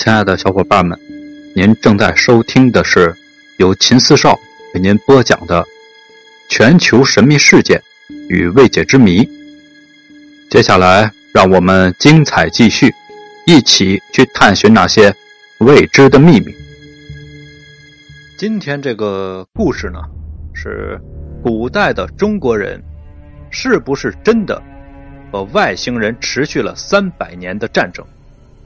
亲爱的小伙伴们，您正在收听的是由秦四少为您播讲的全球神秘事件与未解之谜。接下来让我们精彩继续，一起去探寻那些未知的秘密。今天这个故事呢，是古代的中国人是不是真的和外星人持续了300年的战争。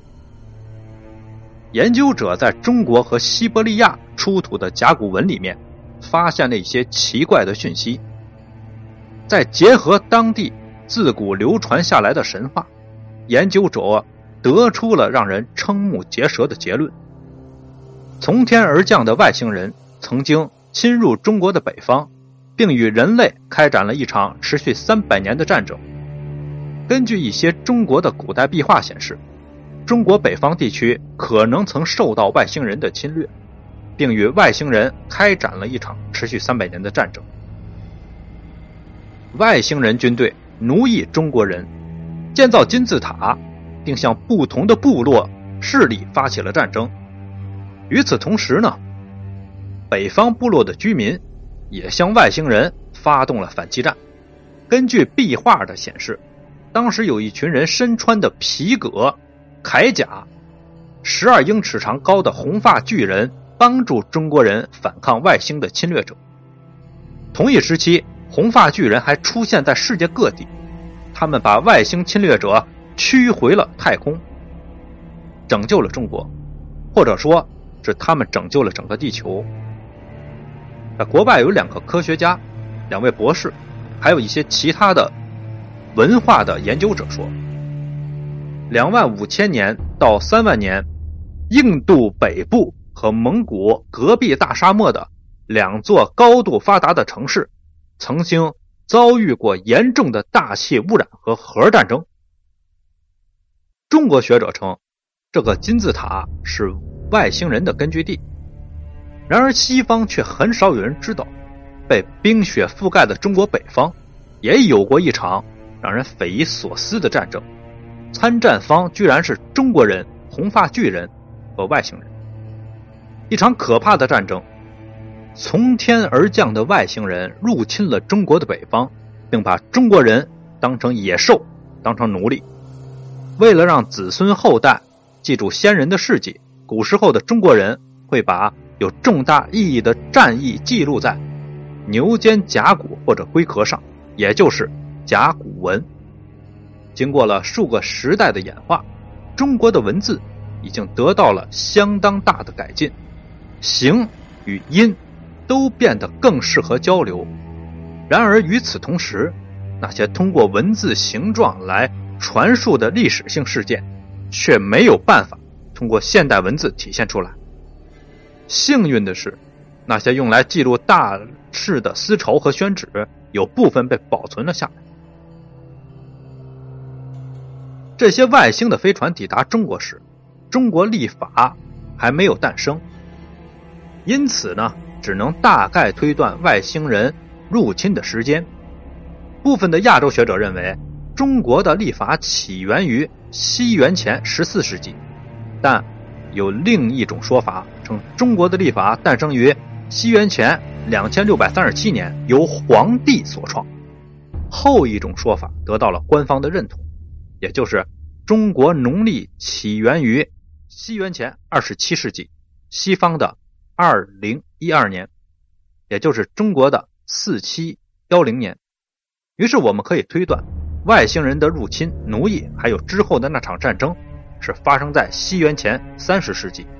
研究者在中国和西伯利亚出土的甲骨文里面发现了一些奇怪的讯息，再结合当地自古流传下来的神话，研究者得出了让人瞠目结舌的结论：从天而降的外星人曾经侵入中国的北方，并与人类开展了一场持续300年的战争。根据一些中国的古代壁画显示，中国北方地区可能曾受到外星人的侵略，并与外星人开展了一场持续300年的战争。外星人军队奴役中国人，建造金字塔，并向不同的部落势力发起了战争。与此同时呢，北方部落的居民也向外星人发动了反击战。根据壁画的显示，当时有一群人身穿的皮革铠甲，12英尺长高的红发巨人帮助中国人反抗外星的侵略者。同一时期，红发巨人还出现在世界各地，他们把外星侵略者驱回了太空，拯救了中国，或者说是他们拯救了整个地球。在国外有2个科学家，2位博士，还有一些其他的文化的研究者说，25000年到3万年，印度北部和蒙古隔壁大沙漠的2座高度发达的城市曾经遭遇过严重的大气污染和核战争。中国学者称，这个金字塔是外星人的根据地。然而西方却很少有人知道，被冰雪覆盖的中国北方也有过一场让人匪夷所思的战争，参战方居然是中国人、红发巨人和外星人。一场可怕的战争，从天而降的外星人入侵了中国的北方，并把中国人当成野兽，当成奴隶。为了让子孙后代记住先人的事迹，古时候的中国人会把有重大意义的战役记录在牛肩甲骨或者龟壳上，也就是甲骨文。经过了数个时代的演化，中国的文字已经得到了相当大的改进，形与音都变得更适合交流。然而与此同时，那些通过文字形状来传述的历史性事件却没有办法通过现代文字体现出来。幸运的是，那些用来记录大事的丝绸和宣纸有部分被保存了下来。这些外星的飞船抵达中国时，中国历法还没有诞生，因此呢，只能大概推断外星人入侵的时间。部分的亚洲学者认为，中国的历法起源于西元前14世纪，但有另一种说法称中国的历法诞生于西元前2637年，由黄帝所创。后一种说法得到了官方的认同，也就是中国农历起源于西元前27世纪，西方的2012年，也就是中国的4710年。于是我们可以推断，外星人的入侵、奴役还有之后的那场战争是发生在西元前30世纪。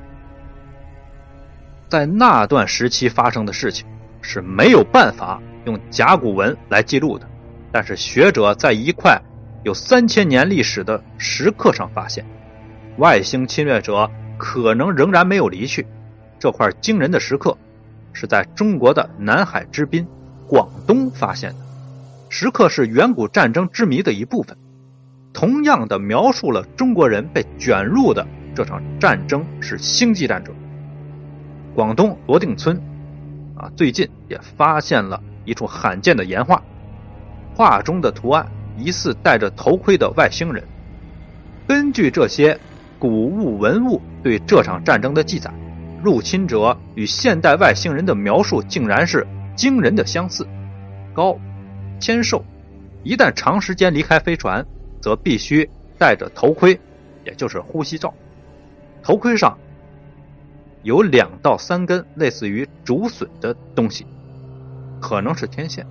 在那段时期发生的事情是没有办法用甲骨文来记录的，但是学者在一块有3000年历史的石刻上发现，外星侵略者可能仍然没有离去。这块惊人的石刻是在中国的南海之滨广东发现的，石刻是远古战争之谜的一部分，同样的描述了中国人被卷入的这场战争是星际战争。广东罗定村最近也发现了一处罕见的岩画，画中的图案疑似戴着头盔的外星人。根据这些古物文物对这场战争的记载，入侵者与现代外星人的描述竟然是惊人的相似。高、纤瘦，一旦长时间离开飞船，则必须戴着头盔，也就是呼吸罩。头盔上有2到3根类似于竹笋的东西，可能是天线。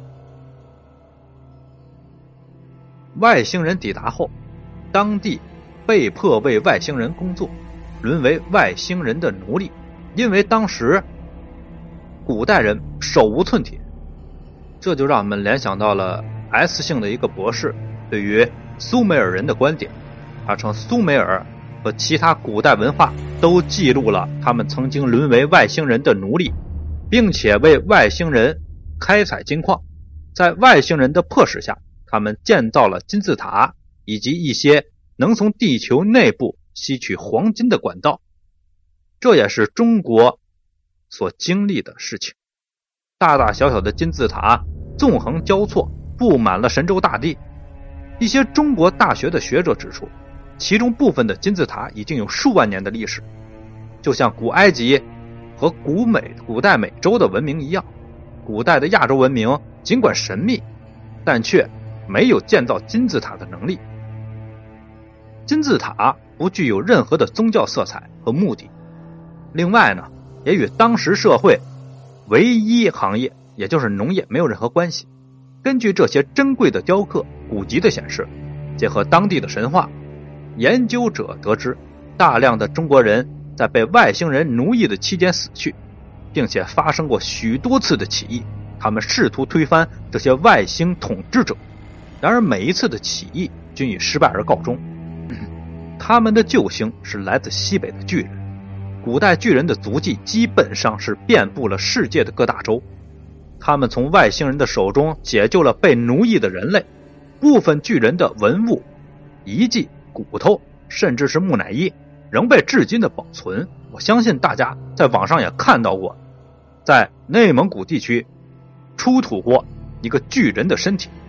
外星人抵达后，当地被迫为外星人工作，沦为外星人的奴隶。因为当时古代人手无寸铁，这就让我们联想到了 S 姓的一个博士对于苏美尔人的观点。他称苏美尔和其他古代文化都记录了他们曾经沦为外星人的奴隶，并且为外星人开采金矿。在外星人的迫使下，他们建造了金字塔以及一些能从地球内部吸取黄金的管道。这也是中国所经历的事情。大大小小的金字塔纵横交错，布满了神州大地。一些中国大学的学者指出，其中部分的金字塔已经有数万年的历史，就像古埃及和古代美洲的文明一样。古代的亚洲文明尽管神秘，但却没有建造金字塔的能力。金字塔不具有任何的宗教色彩和目的。另外呢，也与当时社会唯一行业，也就是农业没有任何关系。根据这些珍贵的雕刻古籍的显示，结合当地的神话，研究者得知大量的中国人在被外星人奴役的期间死去，并且发生过许多次的起义，他们试图推翻这些外星统治者。然而每一次的起义均以失败而告终。他们的救星是来自西北的巨人。古代巨人的足迹基本上是遍布了世界的各大洲，他们从外星人的手中解救了被奴役的人类。部分巨人的文物、遗迹、骨头，甚至是木乃伊仍被至今的保存。我相信大家在网上也看到过，在内蒙古地区出土过一个巨人的身体。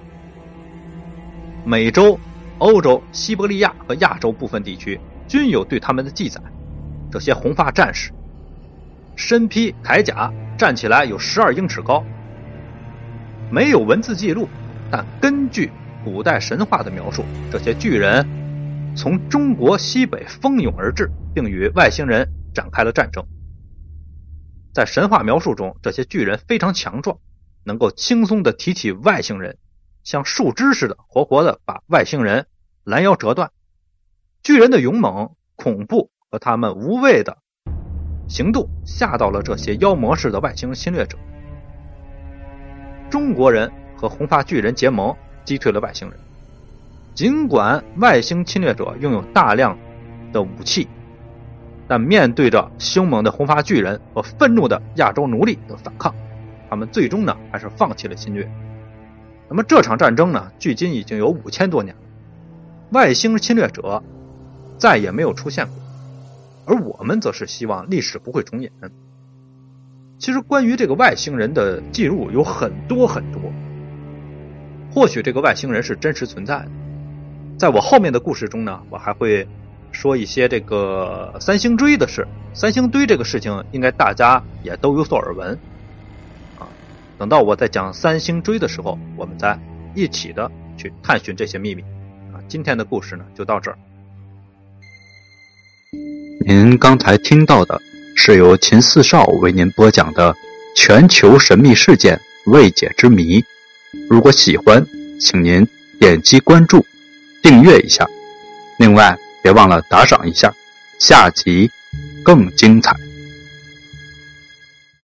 美洲、欧洲、西伯利亚和亚洲部分地区均有对他们的记载。这些红发战士身披铠甲，站起来有12英尺高。没有文字记录，但根据古代神话的描述，这些巨人从中国西北蜂拥而至，并与外星人展开了战争。在神话描述中，这些巨人非常强壮，能够轻松地提起外星人，像树枝似的活活地把外星人拦腰折断。巨人的勇猛、恐怖和他们无畏的行动吓到了这些妖魔式的外星侵略者。中国人和红发巨人结盟，击退了外星人。尽管外星侵略者拥有大量的武器，但面对着凶猛的红发巨人和愤怒的亚洲奴隶的反抗，他们最终呢还是放弃了侵略。那么这场战争呢，距今已经有5000多年了，外星侵略者再也没有出现过，而我们则是希望历史不会重演。其实关于这个外星人的记录有很多很多，或许这个外星人是真实存在的。在我后面的故事中呢，我还会说一些这个三星堆的事。三星堆这个事情应该大家也都有所耳闻啊。等到我在讲三星堆的时候，我们再一起的去探寻这些秘密啊。今天的故事呢就到这儿。 您刚才听到的是由秦四少为您播讲的全球神秘事件未解之谜。如果喜欢，请您点击关注订阅一下，另外别忘了打赏一下，下集更精彩。